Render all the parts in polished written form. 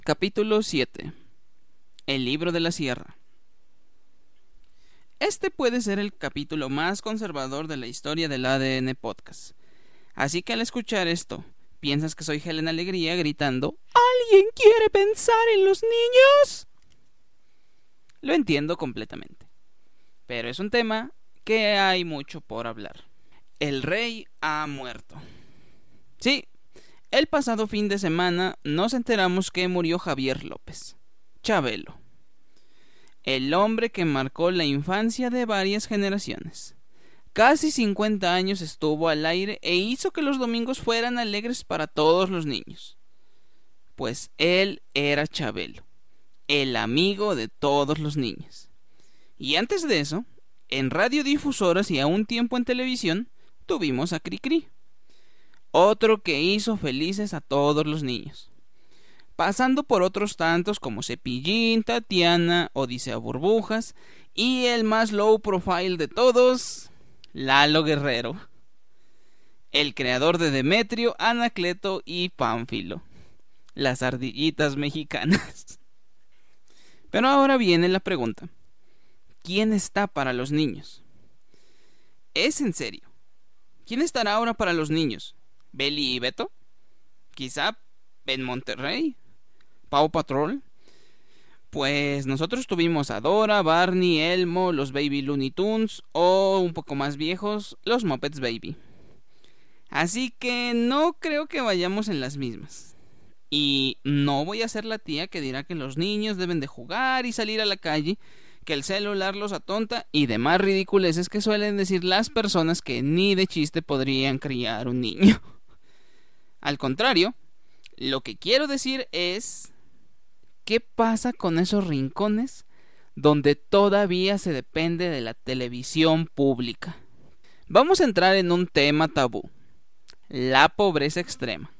Capítulo 7. El libro de la sierra. Este puede ser el capítulo más conservador de la historia del ADN Podcast. Así que al escuchar esto, ¿piensas que soy Helen Alegría gritando ¿alguien quiere pensar en los niños? Lo entiendo completamente, pero es un tema que hay mucho por hablar. El rey ha muerto. Sí, el pasado fin de semana nos enteramos que murió Javier López, Chabelo, el hombre que marcó la infancia de varias generaciones. Casi 50 años estuvo al aire e hizo que los domingos fueran alegres para todos los niños. Pues él era Chabelo, el amigo de todos los niños. Y antes de eso, en radiodifusoras y a un tiempo en televisión, tuvimos a Cricri, otro que hizo felices a todos los niños, pasando por otros tantos como Cepillín, Tatiana, Odisea Burbujas y el más low profile de todos, Lalo Guerrero, el creador de Demetrio, Anacleto y Pánfilo, las ardillitas mexicanas. Pero ahora viene la pregunta: ¿quién está para los niños? Es en serio. ¿Quién estará ahora para los niños? ¿Beli y Beto? ¿Quizá en Monterrey? ¿Paw Patrol? Pues nosotros tuvimos a Dora, Barney, Elmo, los Baby Looney Tunes o, un poco más viejos, los Muppets Baby. Así que no creo que vayamos en las mismas. Y no voy a ser la tía que dirá que los niños deben de jugar y salir a la calle, que el celular los atonta y demás ridiculeces que suelen decir las personas que ni de chiste podrían criar un niño. Al contrario, lo que quiero decir es: ¿qué pasa con esos rincones donde todavía se depende de la televisión pública? Vamos a entrar en un tema tabú: la pobreza extrema.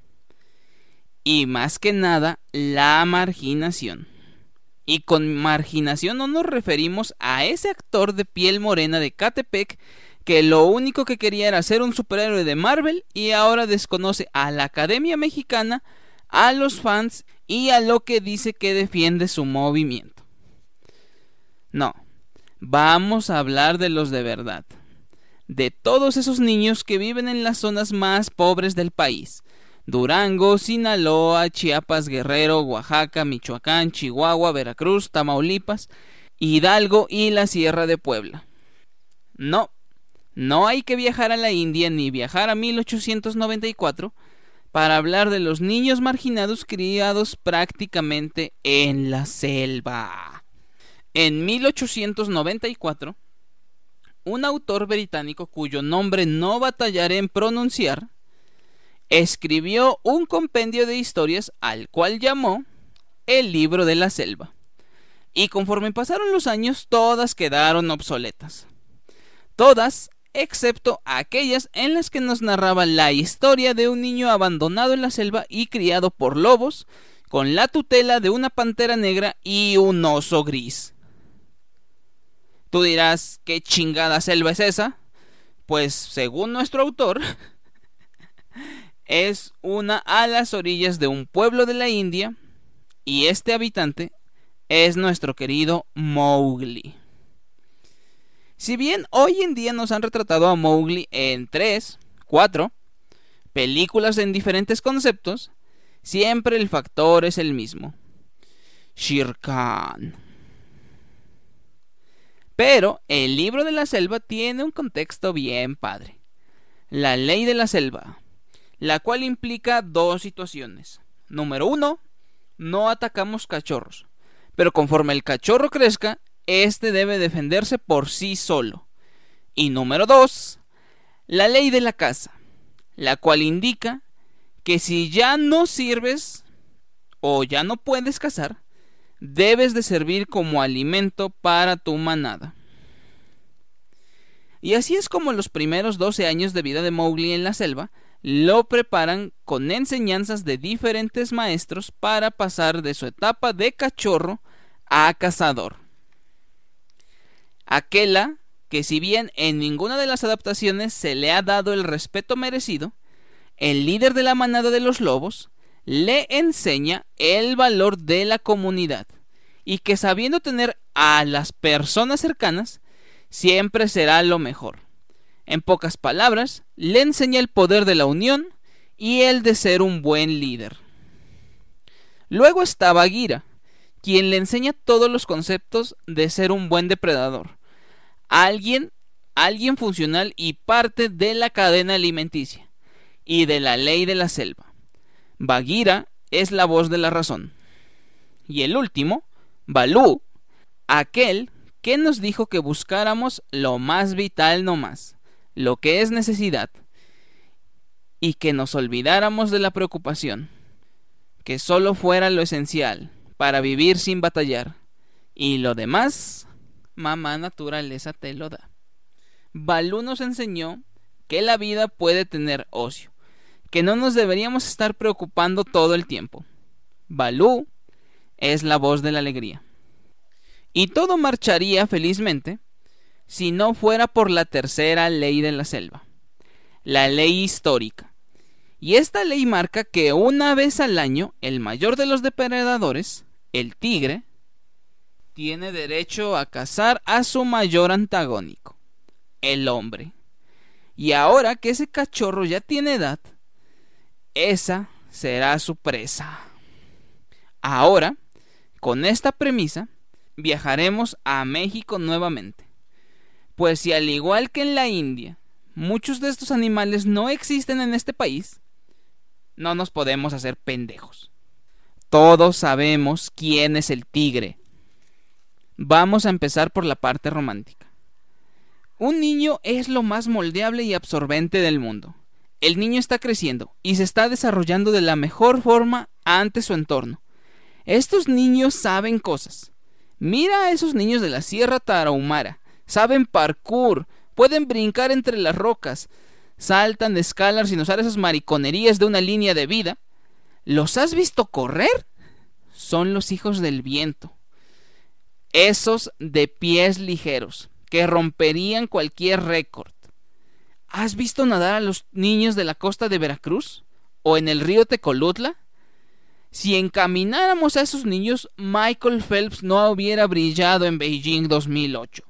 Y más que nada, la marginación. Y con marginación no nos referimos a ese actor de piel morena de Catepec que lo único que quería era ser un superhéroe de Marvel y ahora desconoce a la Academia Mexicana, a los fans y a lo que dice que defiende su movimiento. No, vamos a hablar de los de verdad, de todos esos niños que viven en las zonas más pobres del país: Durango, Sinaloa, Chiapas, Guerrero, Oaxaca, Michoacán, Chihuahua, Veracruz, Tamaulipas, Hidalgo y la Sierra de Puebla. No hay que viajar a la India ni viajar a 1894 para hablar de los niños marginados criados prácticamente en la selva. En 1894, un autor británico cuyo nombre no batallaré en pronunciar escribió un compendio de historias al cual llamó El libro de la selva. Y conforme pasaron los años, todas quedaron obsoletas. Todas, excepto aquellas en las que nos narraba la historia de un niño abandonado en la selva y criado por lobos, con la tutela de una pantera negra y un oso gris. Tú dirás, ¿qué chingada selva es esa? Pues según nuestro autor, es una a las orillas de un pueblo de la India, y este habitante es nuestro querido Mowgli. Si bien hoy en día nos han retratado a Mowgli en 3, 4 películas en diferentes conceptos, siempre el factor es el mismo: Shere Khan. Pero el libro de la selva tiene un contexto bien padre: la ley de la selva, la cual implica dos situaciones. Número 1, no atacamos cachorros, pero conforme el cachorro crezca, este debe defenderse por sí solo. Y número 2, la ley de la caza, la cual indica que si ya no sirves o ya no puedes cazar, debes de servir como alimento para tu manada. Y así es como los primeros 12 años de vida de Mowgli en la selva lo preparan con enseñanzas de diferentes maestros para pasar de su etapa de cachorro a cazador. Aquella que, si bien en ninguna de las adaptaciones se le ha dado el respeto merecido, el líder de la manada de los lobos le enseña el valor de la comunidad y que sabiendo tener a las personas cercanas, siempre será lo mejor. En pocas palabras, le enseña el poder de la unión y el de ser un buen líder. Luego está Bagheera, quien le enseña todos los conceptos de ser un buen depredador, alguien funcional y parte de la cadena alimenticia y de la ley de la selva. Bagheera es la voz de la razón. Y el último, Baloo, aquel que nos dijo que buscáramos lo más vital nomás, lo que es necesidad, y que nos olvidáramos de la preocupación, que solo fuera lo esencial para vivir sin batallar, y lo demás, mamá naturaleza te lo da. Baloo nos enseñó que la vida puede tener ocio, que no nos deberíamos estar preocupando todo el tiempo. Baloo es la voz de la alegría. Y todo marcharía felizmente si no fuera por la tercera ley de la selva, la ley histórica. Y esta ley marca que una vez al año el mayor de los depredadores, el tigre, tiene derecho a cazar a su mayor antagónico, el hombre. Y ahora que ese cachorro ya tiene edad, esa será su presa. Ahora, con esta premisa, viajaremos a México nuevamente. Pues si al igual que en la India, muchos de estos animales no existen en este país, no nos podemos hacer pendejos. Todos sabemos quién es el tigre. Vamos a empezar por la parte romántica. Un niño es lo más moldeable y absorbente del mundo. El niño está creciendo y se está desarrollando de la mejor forma ante su entorno. Estos niños saben cosas. Mira a esos niños de la Sierra Tarahumara. Saben parkour, pueden brincar entre las rocas, saltan, escalan sin usar esas mariconerías de una línea de vida. ¿Los has visto correr? Son los hijos del viento. Esos de pies ligeros, que romperían cualquier récord. ¿Has visto nadar a los niños de la costa de Veracruz? ¿O en el río Tecolutla? Si encamináramos a esos niños, Michael Phelps no hubiera brillado en Beijing 2008.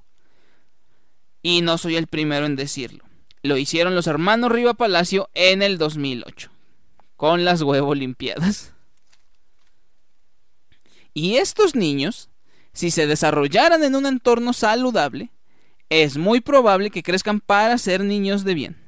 Y no soy el primero en decirlo. Lo hicieron los hermanos Riva Palacio en el 2008, con las huevo olimpiadas. Y estos niños, si se desarrollaran en un entorno saludable, es muy probable que crezcan para ser niños de bien.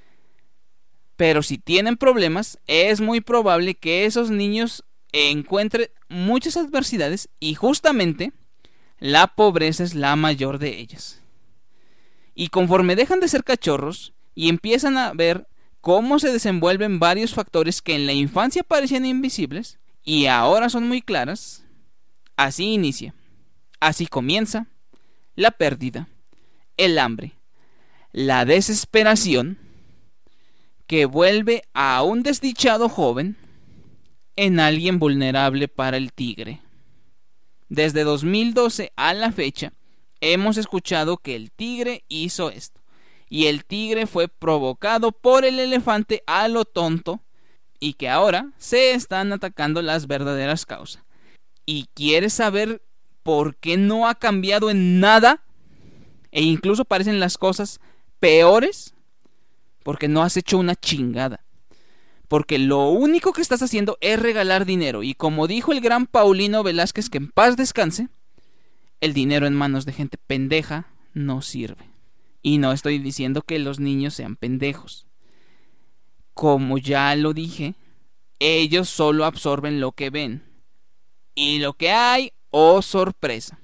Pero si tienen problemas, es muy probable que esos niños encuentren muchas adversidades y justamente la pobreza es la mayor de ellas. Y conforme dejan de ser cachorros y empiezan a ver cómo se desenvuelven varios factores que en la infancia parecían invisibles y ahora son muy claras, así inicia, así comienza la pérdida, el hambre, la desesperación que vuelve a un desdichado joven en alguien vulnerable para el tigre. Desde 2012 a la fecha hemos escuchado que el tigre hizo esto y el tigre fue provocado por el elefante a lo tonto y que ahora se están atacando las verdaderas causas. ¿Y quieres saber por qué no ha cambiado en nada? E incluso parecen las cosas peores. Porque no has hecho una chingada. Porque lo único que estás haciendo es regalar dinero. Y como dijo el gran Paulino Velázquez, que en paz descanse, el dinero en manos de gente pendeja no sirve. Y no estoy diciendo que los niños sean pendejos. Como ya lo dije, ellos solo absorben lo que ven. Y lo que hay, oh sorpresa.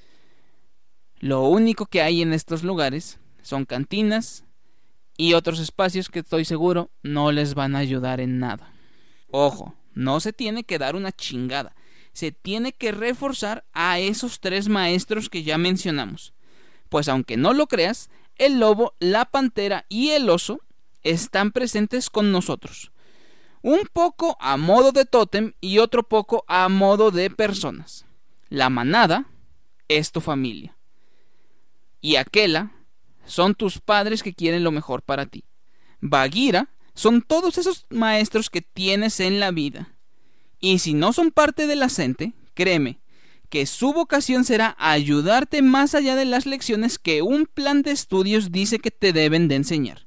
Lo único que hay en estos lugares son cantinas y otros espacios que estoy seguro no les van a ayudar en nada. Ojo, no se tiene que dar una chingada. Se tiene que reforzar a esos 3 maestros que ya mencionamos. Pues aunque no lo creas, el lobo, la pantera y el oso están presentes con nosotros. Un poco a modo de tótem y otro poco a modo de personas. La manada es tu familia. Y Akela son tus padres que quieren lo mejor para ti. Bagheera son todos esos maestros que tienes en la vida. Y si no son parte de la gente, créeme, que su vocación será ayudarte más allá de las lecciones que un plan de estudios dice que te deben de enseñar.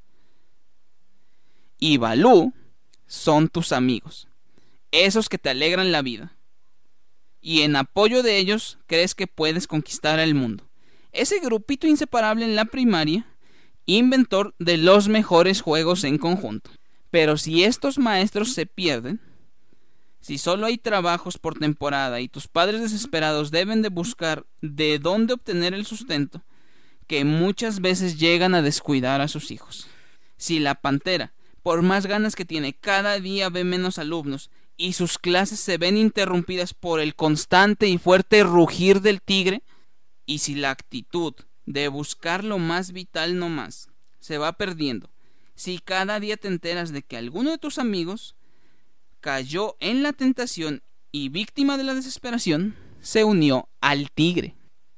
Y Balú son tus amigos, esos que te alegran la vida. Y en apoyo de ellos crees que puedes conquistar el mundo. Ese grupito inseparable en la primaria, inventor de los mejores juegos en conjunto. Pero si estos maestros se pierden, si solo hay trabajos por temporada y tus padres desesperados deben de buscar de dónde obtener el sustento, que muchas veces llegan a descuidar a sus hijos. Si la pantera, por más ganas que tiene, cada día ve menos alumnos y sus clases se ven interrumpidas por el constante y fuerte rugir del tigre, y si la actitud de buscar lo más vital no más se va perdiendo, si cada día te enteras de que alguno de tus amigos cayó en la tentación y, víctima de la desesperación, se unió al tigre.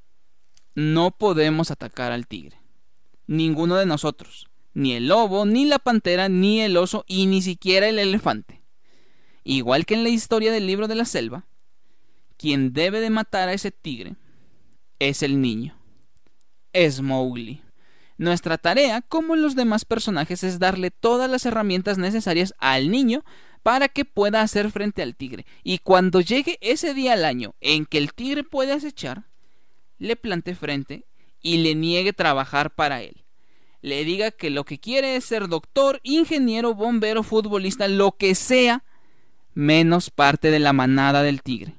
No podemos atacar al tigre, ninguno de nosotros, ni el lobo, ni la pantera, ni el oso, y ni siquiera el elefante. Igual que en la historia del libro de la selva, quien debe de matar a ese tigre es el niño, es Mowgli. Nuestra tarea, como los demás personajes, es darle todas las herramientas necesarias al niño para que pueda hacer frente al tigre. Y cuando llegue ese día al año en que el tigre puede acechar, le plante frente y le niegue trabajar para él. Le diga que lo que quiere es ser doctor, ingeniero, bombero, futbolista, lo que sea, menos parte de la manada del tigre.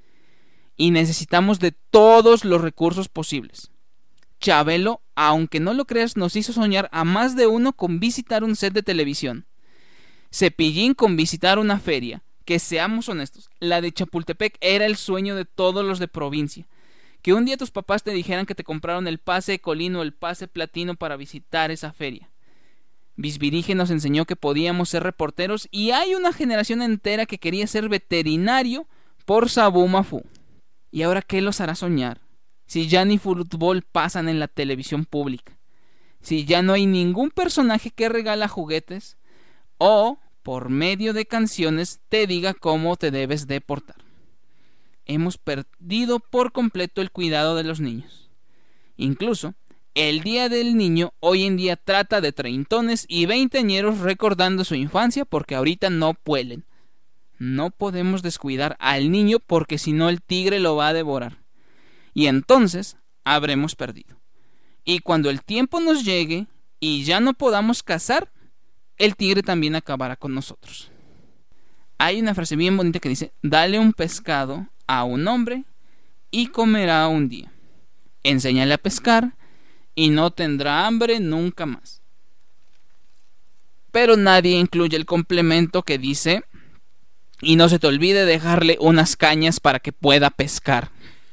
Y necesitamos de todos los recursos posibles. Chabelo, aunque no lo creas, nos hizo soñar a más de uno con visitar un set de televisión. Cepillín con visitar una feria. Que seamos honestos, la de Chapultepec era el sueño de todos los de provincia. Que un día tus papás te dijeran que te compraron el pase colino o el pase platino para visitar esa feria. Bisbirige nos enseñó que podíamos ser reporteros, y hay una generación entera que quería ser veterinario por Sabú Mafú. ¿Y ahora qué los hará soñar? Si ya ni fútbol pasan en la televisión pública, si ya no hay ningún personaje que regala juguetes o, por medio de canciones, te diga cómo te debes de portar. Hemos perdido por completo el cuidado de los niños. Incluso, el Día del Niño hoy en día trata de treintones y veinteañeros recordando su infancia porque ahorita no pueden. No podemos descuidar al niño porque si no el tigre lo va a devorar. Y entonces habremos perdido. Y cuando el tiempo nos llegue y ya no podamos cazar, el tigre también acabará con nosotros. Hay una frase bien bonita que dice: dale un pescado a un hombre y comerá un día. Enséñale a pescar y no tendrá hambre nunca más. Pero nadie incluye el complemento que dice: y no se te olvide dejarle unas cañas para que pueda pescar.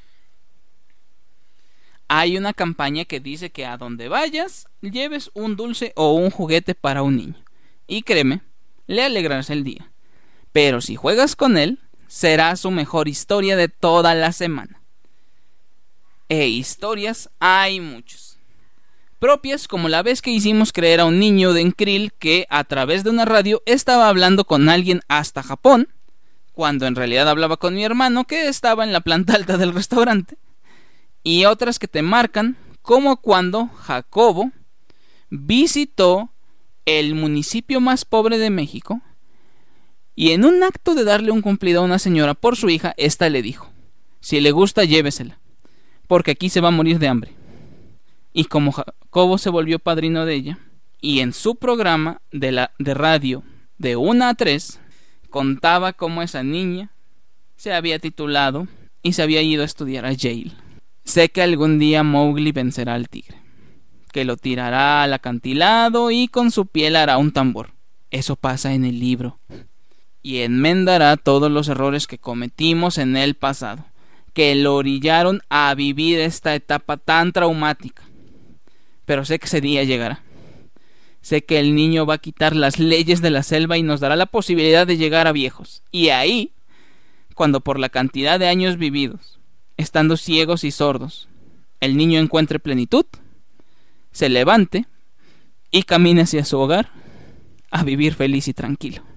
Hay una campaña que dice que a donde vayas, lleves un dulce o un juguete para un niño. Y créeme, le alegrarás el día. Pero si juegas con él, será su mejor historia de toda la semana. E historias hay muchas. Propias como la vez que hicimos creer a un niño de Encril que a través de una radio estaba hablando con alguien hasta Japón, cuando en realidad hablaba con mi hermano que estaba en la planta alta del restaurante. Y otras que te marcan, como cuando Jacobo visitó el municipio más pobre de México y en un acto de darle un cumplido a una señora por su hija, ésta le dijo: si le gusta, llévesela, porque aquí se va a morir de hambre. Y como Jacobo se volvió padrino de ella, y en su programa de radio de 1 a 3 contaba cómo esa niña se había titulado y se había ido a estudiar a Yale. Sé que algún día Mowgli vencerá al tigre, que lo tirará al acantilado y con su piel hará un tambor. Eso pasa en el libro. Y enmendará todos los errores que cometimos en el pasado, que lo orillaron a vivir esta etapa tan traumática. Pero sé que ese día llegará. Sé que el niño va a quitar las leyes de la selva y nos dará la posibilidad de llegar a viejos. Y ahí, cuando por la cantidad de años vividos, estando ciegos y sordos, el niño encuentre plenitud, se levante y camine hacia su hogar a vivir feliz y tranquilo.